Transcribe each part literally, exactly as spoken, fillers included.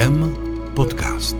IKEM podcast.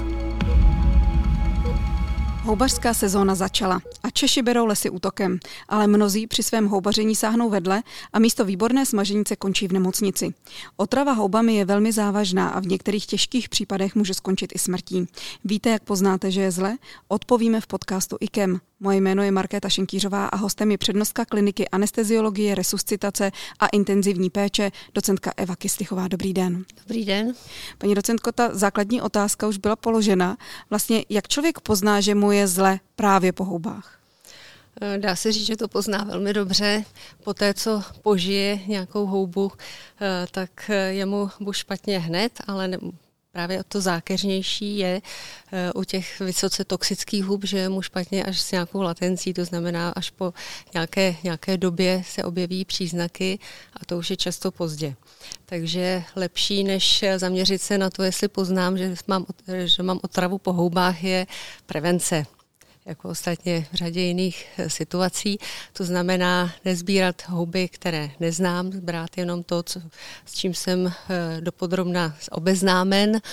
Houbařská sezóna začala a Češi berou lesy útokem, ale mnozí při svém houbaření sáhnou vedle a místo výborné smaženice končí v nemocnici. Otrava houbami je velmi závažná a v některých těžkých případech může skončit i smrtí. Víte, jak poznáte, že je zle? Odpovíme v podcastu IKEM. Moje jméno je Markéta Šenkýřová a hostem je přednostka kliniky anesteziologie, resuscitace a intenzivní péče, docentka Eva Kyslichová. Dobrý den. Dobrý den. Paní docentko, ta základní otázka už byla položena. Vlastně, jak člověk pozná, že mu je zle právě po houbách? Dá se říct, že to pozná velmi dobře. Poté, co požije nějakou houbu, tak je mu buď špatně hned, ale ne, právě to zákeřnější je u těch vysoce toxických hub, že je mu špatně až s nějakou latencí, to znamená až po nějaké, nějaké době se objeví příznaky a to už je často pozdě. Takže lepší, než zaměřit se na to, jestli poznám, že mám, že mám otravu po houbách, je prevence. Jako ostatně v řadě jiných situací. To znamená nezbírat houby, které neznám, brát jenom to, co, s čím jsem dopodrobna obeznámen,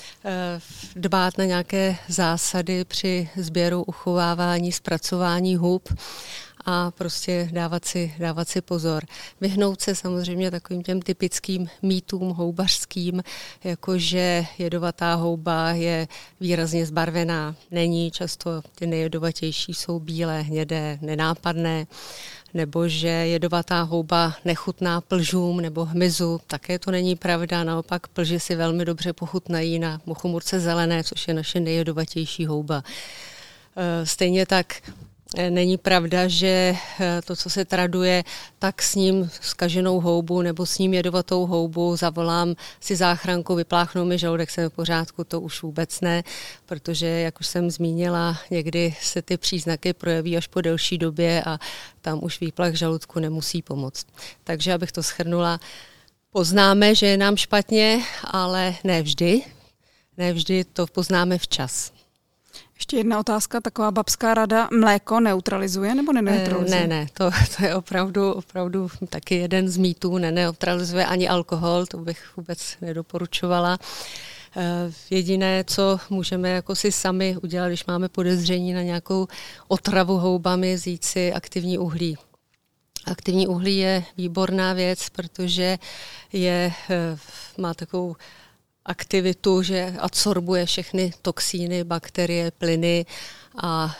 dbát na nějaké zásady při sběru, uchovávání, zpracování hub a prostě dávat si, dávat si pozor. Vyhnout se samozřejmě takovým těm typickým mýtům houbařským, jakože jedovatá houba je výrazně zbarvená. Není, často ty nejjedovatější jsou bílé, hnědé, nenápadné, nebo že jedovatá houba nechutná plžům nebo hmyzu. Také to není pravda, naopak plži si velmi dobře pochutnají na muchomurce zelené, což je naše nejjedovatější houba. Stejně tak není pravda, že to, co se traduje, tak s ním zkaženou houbu nebo s ním jedovatou houbu zavolám si záchranku, vypláchnou mi žaludek, jsem v pořádku, to už vůbec ne, protože, jak už jsem zmínila, někdy se ty příznaky projeví až po delší době a tam už výplach žaludku nemusí pomoct. Takže, abych to shrnula, poznáme, že je nám špatně, ale ne vždy. Ne vždy to poznáme včas. Ještě jedna otázka, taková babská rada, mléko neutralizuje nebo neneutralizuje? Ne, ne, to, to je opravdu, opravdu taky jeden z mýtů, neneutralizuje ani alkohol, to bych vůbec nedoporučovala. Jediné, co můžeme jako si sami udělat, když máme podezření na nějakou otravu houbami, vzít si aktivní uhlí. Aktivní uhlí je výborná věc, protože je, má takovou aktivitu, že adsorbuje všechny toxíny, bakterie, plyny a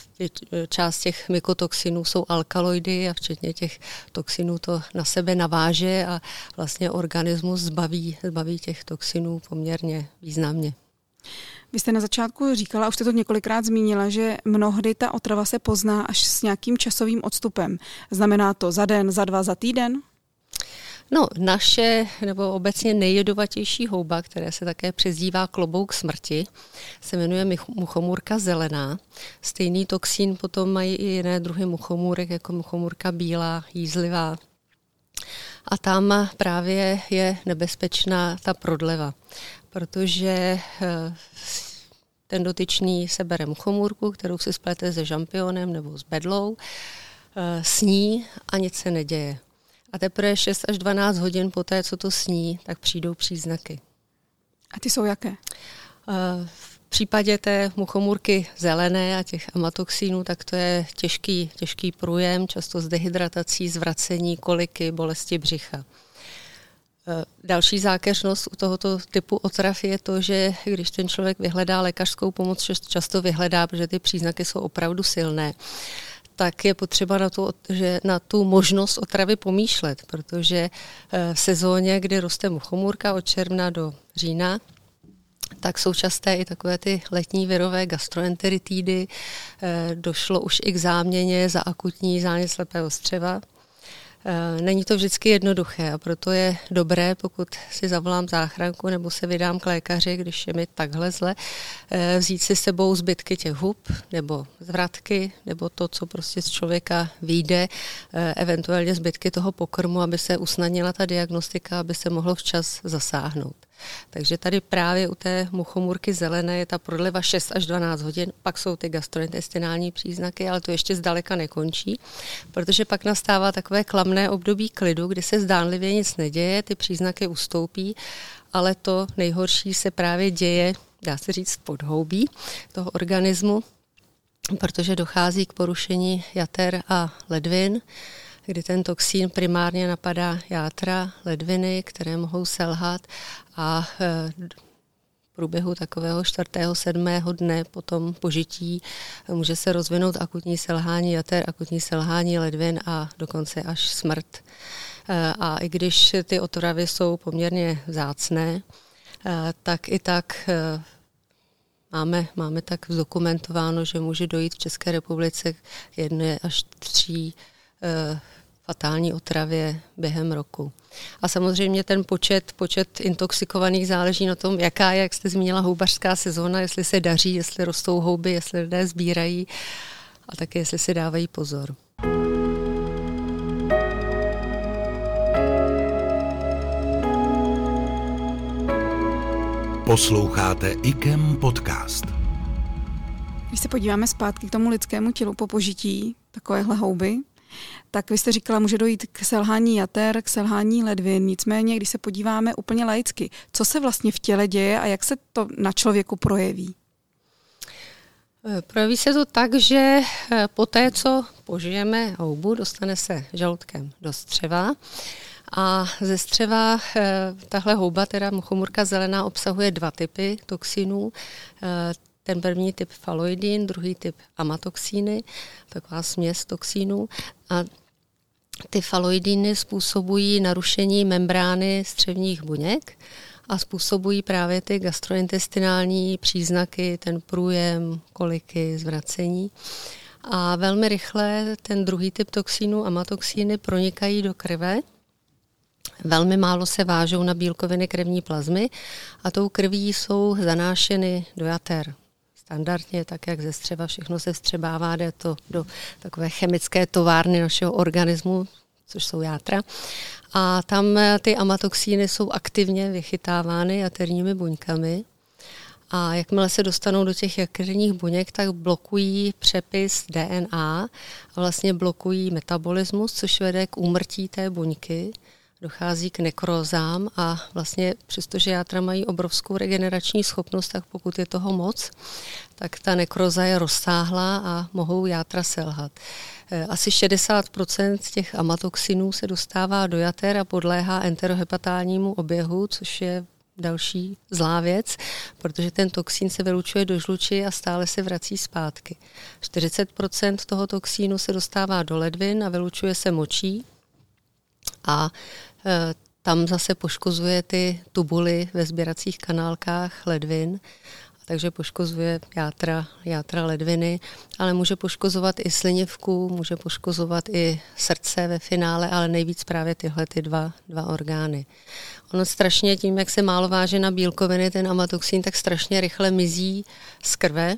část těch mykotoxinů jsou alkaloidy a včetně těch toxinů to na sebe naváže a vlastně organismus zbaví, zbaví těch toxinů poměrně významně. Vy jste na začátku říkala, už jste to několikrát zmínila, že mnohdy ta otrava se pozná až s nějakým časovým odstupem. Znamená to za den, za dva, za týden? No, naše nebo obecně nejjedovatější houba, které se také přezdívá klobouk smrti, se jmenuje muchomůrka zelená. Stejný toxín potom mají i jiné druhy muchomůrek, jako muchomůrka bílá, jízlivá. A tam právě je nebezpečná ta prodleva, protože ten dotyčný sebere muchomůrku, kterou si splete se žampionem nebo s bedlou, sní a nic se neděje. A teprve šest až dvanáct hodin poté, co to sní, tak přijdou příznaky. A ty jsou jaké? V případě té muchomůrky zelené a těch amatoxínů, tak to je těžký, těžký průjem, často s dehydratací, zvracení, koliky, bolesti břicha. Další zákeřnost u tohoto typu otrav je to, že když ten člověk vyhledá lékařskou pomoc, často vyhledá, protože ty příznaky jsou opravdu silné, tak je potřeba na tu, že na tu možnost otravy pomýšlet, protože v sezóně, kdy roste muchomůrka od června do října, tak jsou časté i takové ty letní virové gastroenteritidy. Došlo už i k záměně za akutní zánět slepého střeva. Není to vždycky jednoduché a proto je dobré, pokud si zavolám záchranku nebo se vydám k lékaři, když je mi takhle zle, vzít si s sebou zbytky těch hub nebo zvratky nebo to, co prostě z člověka vyjde, eventuálně zbytky toho pokrmu, aby se usnadnila ta diagnostika, aby se mohlo včas zasáhnout. Takže tady právě u té muchomůrky zelené je ta prodleva šest až dvanáct hodin, pak jsou ty gastrointestinální příznaky, ale to ještě zdaleka nekončí, protože pak nastává takové klamné období klidu, kdy se zdánlivě nic neděje, ty příznaky ustoupí ale to nejhorší se právě děje, dá se říct, v podhoubí toho organismu, protože dochází k porušení jater a ledvin, kdy ten toxín primárně napadá játra, ledviny, které mohou selhat a v průběhu takového čtvrtého, sedmého dne po tom požití může se rozvinout akutní selhání jater, akutní selhání ledvin a dokonce až smrt. A i když ty otravy jsou poměrně vzácné, tak i tak máme, máme tak zdokumentováno, že může dojít v České republice k jedné až tří fatální otravě během roku. A samozřejmě ten počet, počet intoxikovaných záleží na tom, jaká je, jak jste zmínila, houbařská sezóna, jestli se daří, jestli rostou houby, jestli lidé sbírají a také jestli si dávají pozor. Posloucháte I K E M podcast. Když se podíváme zpátky k tomu lidskému tělu po požití takovéhle houby, tak vy jste říkala, může dojít k selhání jater, k selhání ledvin. Nicméně, když se podíváme úplně laicky, co se vlastně v těle děje a jak se to na člověku projeví? Projeví se to tak, že po té, co požijeme houbu, dostane se žaludkem do střeva. A ze střeva tahle houba, teda muchomůrka zelená, obsahuje dva typy toxinů. Ten první typ faloidin, druhý typ amatoxíny, taková směs toxínů. A ty faloidiny způsobují narušení membrány střevních buněk a způsobují právě ty gastrointestinální příznaky, ten průjem, koliky, zvracení. A velmi rychle ten druhý typ toxínů, amatoxíny, pronikají do krve. Velmi málo se vážou na bílkoviny krevní plazmy a tou krví jsou zanášeny do jater. Standardně, tak jak ze střeva, všechno se vstřebává, jde to do takové chemické továrny našeho organismu, což jsou játra. A tam ty amatoxíny jsou aktivně vychytávány jaterními buňkami. A jakmile se dostanou do těch jaterních buněk, tak blokují přepis D N A a vlastně blokují metabolismus, což vede k úmrtí té buňky. Dochází k nekrózám a vlastně přestože játra mají obrovskou regenerační schopnost, tak pokud je toho moc, tak ta nekroza je rozsáhlá a mohou játra selhat. Asi šedesát procent těch amatoxinů se dostává do jater a podléhá enterohepatálnímu oběhu, což je další zlá věc, protože ten toxín se vylučuje do žluči a stále se vrací zpátky. čtyřicet procent toho toxínu se dostává do ledvin a vylučuje se močí. A e, tam zase poškozuje ty tubuly ve sběracích kanálkách ledvin, takže poškozuje játra, játra ledviny, ale může poškozovat i slinivku, může poškozovat i srdce ve finále, ale nejvíc právě tyhle ty dva, dva orgány. Ono strašně tím, jak se málo váže na bílkoviny, ten amatoxín, tak strašně rychle mizí z krve.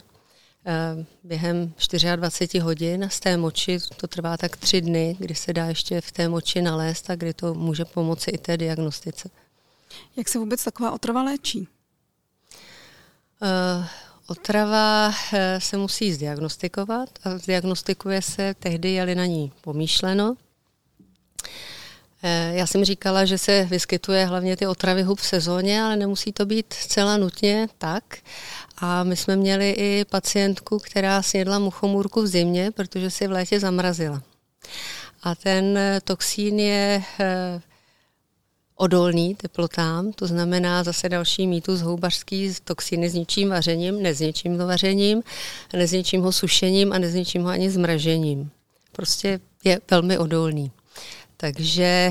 Během dvacet čtyři hodin z té moči, to trvá tak tři dny, kdy se dá ještě v té moči nalézt a kdy to může pomoci i té diagnostice. Jak se vůbec taková otrava léčí? Uh, otrava uh, se musí zdiagnostikovat a zdiagnostikuje se tehdy, je-li na ní pomýšleno. Já jsem říkala, že se vyskytuje hlavně ty otravy hub v sezóně, ale nemusí to být zcela nutně tak. A my jsme měli i pacientku, která snědla muchomůrku v zimě, protože si v létě zamrazila. A ten toxín je odolný teplotám, to znamená zase další mýtus houbařský, toxíny zničím vařením, nezničím to vařením, nezničím ho sušením a nezničím ho ani zmražením. Prostě je velmi odolný. Takže,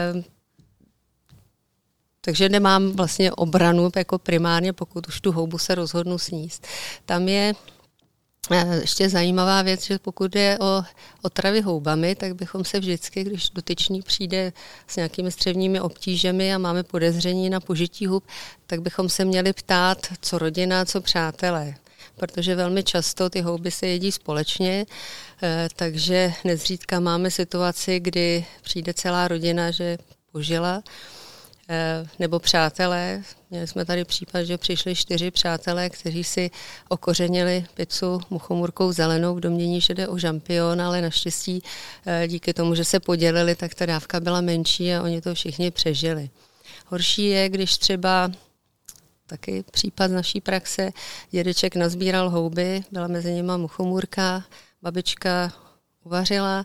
takže nemám vlastně obranu jako primárně, pokud už tu houbu se rozhodnu sníst. Tam je ještě zajímavá věc, že pokud je o otravy houbami, tak bychom se vždycky, když dotyčný přijde s nějakými střevními obtížemi a máme podezření na požití hub, tak bychom se měli ptát, co rodina, co přátelé. Protože velmi často ty houby se jedí společně, takže nezřídka máme situaci, kdy přijde celá rodina, že požila, nebo přátelé. Měli jsme tady případ, že přišli čtyři přátelé, kteří si okořenili pizzu muchomůrkou zelenou v domnění, že jde o žampion, ale naštěstí díky tomu, že se podělili, tak ta dávka byla menší a oni to všichni přežili. Horší je, když třeba taky případ z naší praxe, dědeček nazbíral houby, byla mezi nimi muchomůrka, babička uvařila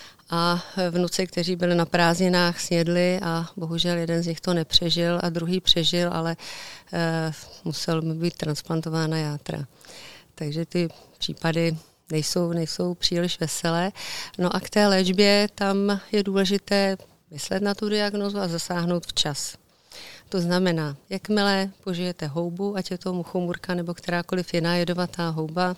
a vnuci, kteří byli na prázdninách, snědli a bohužel jeden z nich to nepřežil a druhý přežil, ale e, musel být transplantována játra. Takže ty případy nejsou, nejsou příliš veselé. No a k té léčbě tam je důležité myslet na tu diagnózu a zasáhnout včas. To znamená, jakmile požijete houbu, ať je to muchomůrka nebo kterákoliv jiná jedovatá houba,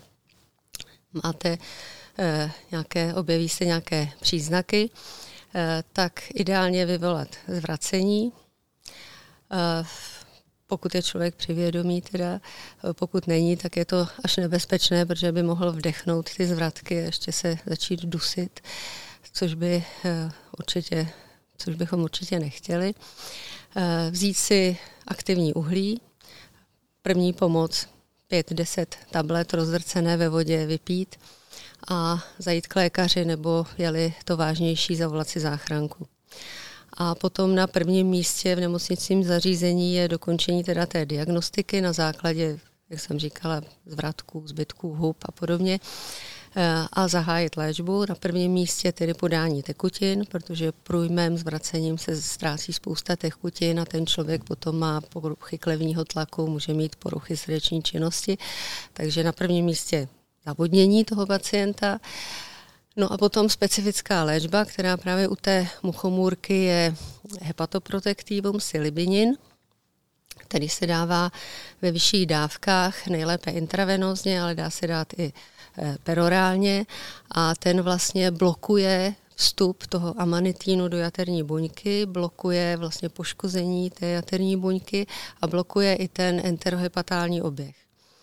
máte eh, nějaké, objeví se nějaké příznaky, eh, tak ideálně vyvolat zvracení. Eh, pokud je člověk při vědomí, teda, pokud není, tak je to až nebezpečné, protože by mohl vdechnout ty zvratky a ještě se začít dusit, což by eh, určitě, což bychom určitě nechtěli. Vzít si aktivní uhlí, první pomoc pět deset tablet rozdrcené ve vodě vypít a zajít k lékaři nebo je-li to vážnější, zavolat si záchranku. A potom na prvním místě v nemocničním zařízení je dokončení teda té diagnostiky na základě, jak jsem říkala, zvratků, zbytků hub a podobně, a zahájit léčbu. Na prvním místě tedy podání tekutin, protože průjmem, zvracením se ztrácí spousta tekutin a ten člověk potom má poruchy krevního tlaku, může mít poruchy srdeční činnosti. Takže na prvním místě navodnění toho pacienta. No a potom specifická léčba, která právě u té muchomůrky je hepatoprotektivum silibinin, který se dává ve vyšších dávkách, nejlépe intravenózně, ale dá se dát i perorálně a ten vlastně blokuje vstup toho amanitínu do jaterní buňky, blokuje vlastně poškození té jaterní buňky a blokuje i ten enterohepatální oběh.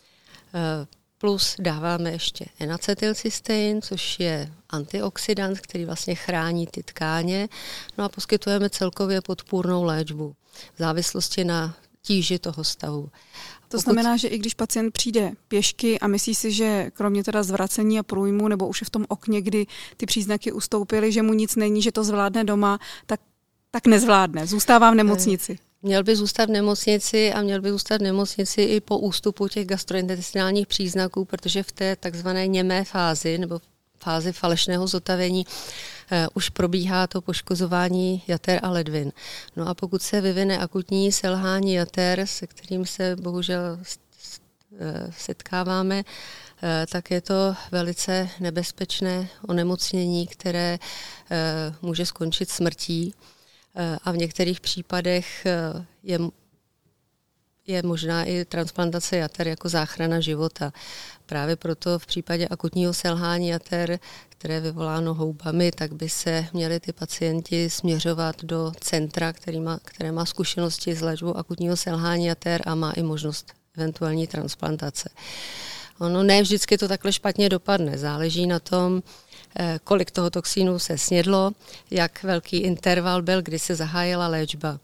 Plus dáváme ještě N-acetylcystein, což je antioxidant, který vlastně chrání ty tkáně, no a poskytujeme celkově podpůrnou léčbu v závislosti na tíži toho stavu. To znamená, že i když pacient přijde pěšky a myslí si, že kromě teda zvracení a průjmu, nebo už je v tom okně, kdy ty příznaky ustoupily, že mu nic není, že to zvládne doma, tak, tak nezvládne. Zůstává v nemocnici. Měl by zůstat v nemocnici a měl by zůstat v nemocnici i po ústupu těch gastrointestinálních příznaků, protože v té takzvané němé fázi nebo fázi falešného zotavení eh, už probíhá to poškozování jater a ledvin. No a pokud se vyvine akutní selhání jater, se kterým se bohužel setkáváme, eh, tak je to velice nebezpečné onemocnění, které eh, může skončit smrtí eh, a v některých případech eh, je je možná i transplantace jater jako záchrana života. Právě proto v případě akutního selhání jater, které je vyvoláno houbami, tak by se měli ty pacienti směřovat do centra, který má, které má zkušenosti s léčbou akutního selhání jater a má i možnost eventuální transplantace. Ono ne vždycky to takhle špatně dopadne. Záleží na tom, kolik toho toxínu se snědlo, jak velký interval byl, kdy se zahájila léčba.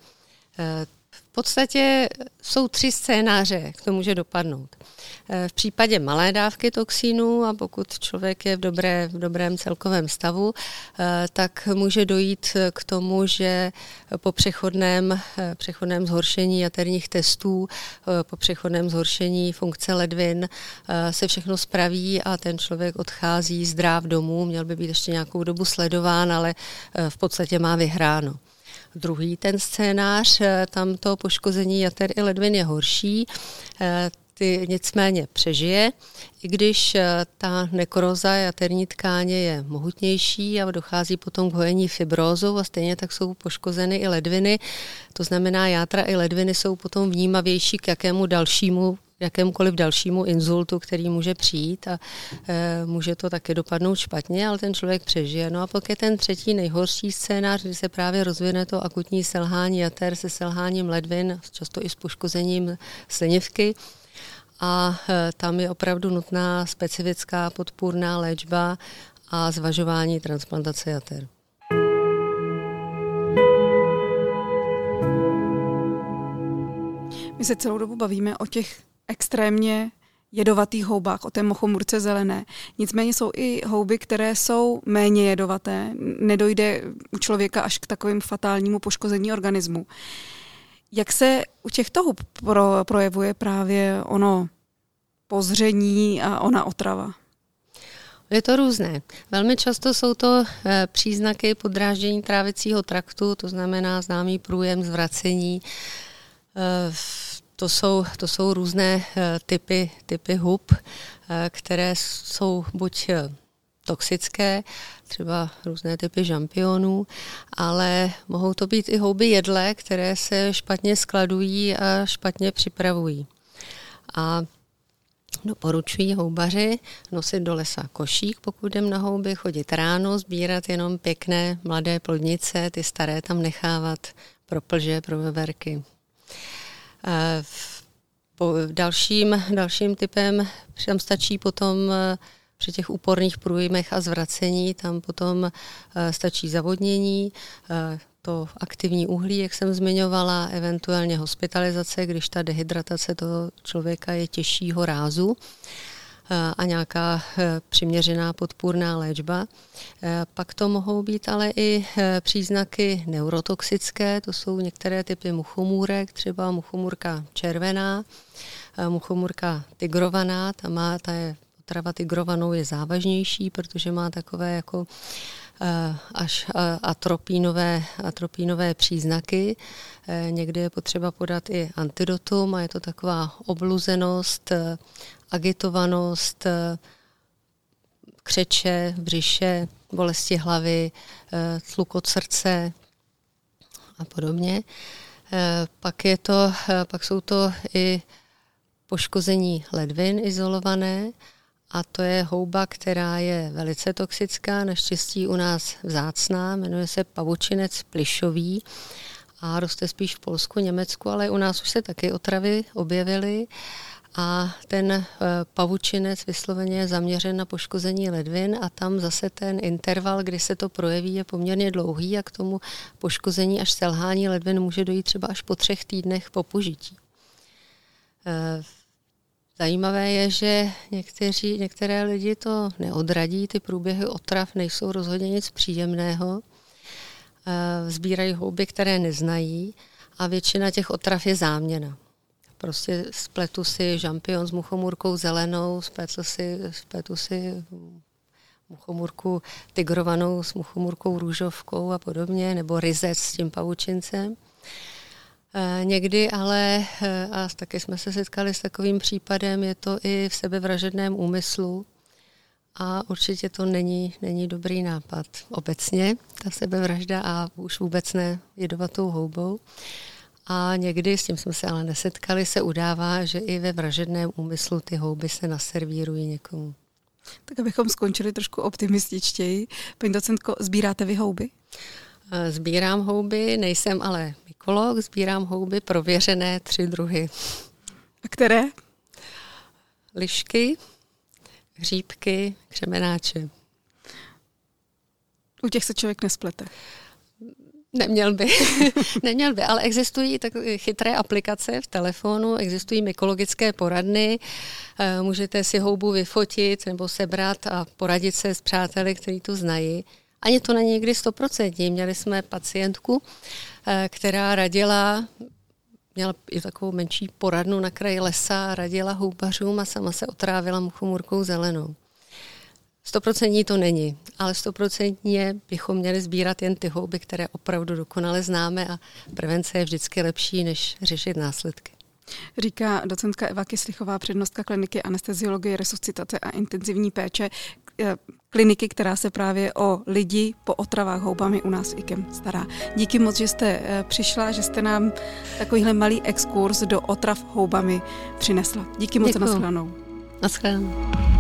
V podstatě jsou tři scénáře, jak to může dopadnout. V případě malé dávky toxínů a pokud člověk je v, dobré, v dobrém celkovém stavu, tak může dojít k tomu, že po přechodném, přechodném zhoršení jaterních testů, po přechodném zhoršení funkce ledvin se všechno spraví a ten člověk odchází zdrav domů. Měl by být ještě nějakou dobu sledován, ale v podstatě má vyhráno. Druhý ten scénář, tam to poškození jater i ledvin je horší, ty nicméně přežije, i když ta nekroza jaterní tkáně je mohutnější a dochází potom k hojení fibrózou a stejně tak jsou poškozeny i ledviny, to znamená játra i ledviny jsou potom vnímavější k jakému dalšímu jakémkoliv dalšímu inzultu, který může přijít a e, může to taky dopadnout špatně, ale ten člověk přežije. No a pak je ten třetí nejhorší scénář, kdy se právě rozvine to akutní selhání jater se selháním ledvin, často i s poškozením slinivky a e, tam je opravdu nutná specifická podpůrná léčba a zvažování transplantace jater. My se celou dobu bavíme o těch extrémně jedovatých houbách, o té muchomůrce zelené. Nicméně jsou i houby, které jsou méně jedovaté. Nedojde u člověka až k takovým fatálnímu poškození organismu. Jak se u těchto hub pro, projevuje právě ono pozření a ona otrava? Je to různé. Velmi často jsou to e, příznaky podráždění trávicího traktu, to znamená známý průjem, zvracení. E, to, jsou, to jsou různé e, typy, typy hub, e, které jsou buď toxické, třeba různé typy žampionů, ale mohou to být i houby jedlé, které se špatně skladují a špatně připravují. A doporučují houbaři nosit do lesa košík, pokud jdem na houby, chodit ráno, sbírat jenom pěkné mladé plodnice, ty staré tam nechávat pro plže, pro veverky. Po dalším, dalším typem tam stačí potom při těch úporných průjmech a zvracení, tam potom stačí zavodnění, to aktivní uhlí, jak jsem zmiňovala, eventuálně hospitalizace, když ta dehydratace toho člověka je těžšího rázu a nějaká přiměřená podpůrná léčba. Pak to mohou být ale i příznaky neurotoxické, to jsou některé typy muchomůrek, třeba muchomůrka červená, muchomůrka tigrovaná, ta má, ta je otrava tigrovanou je závažnější, protože má takové jako až atropínové, atropínové příznaky. Někdy je potřeba podat i antidotum a je to taková obluzenost, agitovanost, křeče, břiše, bolesti hlavy, tlukot srdce a podobně. Pak, je to, pak jsou to i poškození ledvin izolované, a to je houba, která je velice toxická, naštěstí u nás vzácná, jmenuje se pavučinec plišový a roste spíš v Polsku, Německu, ale u nás už se taky otravy objevily a ten pavučinec vysloveně je zaměřen na poškození ledvin a tam zase ten interval, kdy se to projeví, je poměrně dlouhý a k tomu poškození až selhání ledvin může dojít třeba až po třech týdnech po požití. Zajímavé je, že někteří, některé lidi to neodradí, ty průběhy otrav nejsou rozhodně nic příjemného. Sbírají houby, které neznají a většina těch otrav je záměna. Prostě spletu si žampion s muchomůrkou zelenou, spletu si, spletu si muchomůrku tigrovanou s muchomůrkou růžovkou a podobně, nebo ryzec s tím pavučincem. Někdy ale, a taky jsme se setkali s takovým případem, je to i v sebevražedném úmyslu a určitě to není, není dobrý nápad obecně, ta sebevražda a už vůbec ne jedovatou houbou. A někdy, s tím jsme se ale nesetkali, se udává, že i ve vražedném úmyslu ty houby se naservírují někomu. Tak abychom skončili trošku optimističtěji. Paní docentko, sbíráte vy houby? Sbírám houby, nejsem ale mykolog, sbírám houby prověřené tři druhy. A které? Lišky, hříbky, křemenáče. U těch se člověk nesplete. Neměl by, neměl by, ale existují tak chytré aplikace v telefonu, existují mykologické poradny, můžete si houbu vyfotit nebo sebrat a poradit se s přáteli, kteří to znají. Ani to není někdy stoprocentní. Měli jsme pacientku, která radila, měla i takovou menší poradnu na kraji lesa, radila houbařům a sama se otrávila muchomůrkou zelenou. Stoprocentní to není, ale stoprocentně bychom měli sbírat jen ty houby, které opravdu dokonale známe a prevence je vždycky lepší, než řešit následky. Říká docentka Eva Kyslichová, přednostka kliniky anesteziologie, resuscitace a intenzivní péče, kliniky, která se právě o lidi po otravách houbami u nás v IKEM stará. Díky moc, že jste přišla, že jste nám takovýhle malý exkurs do otrav houbami přinesla. Díky moc. Děkuju. A nashledanou. Nashledanou.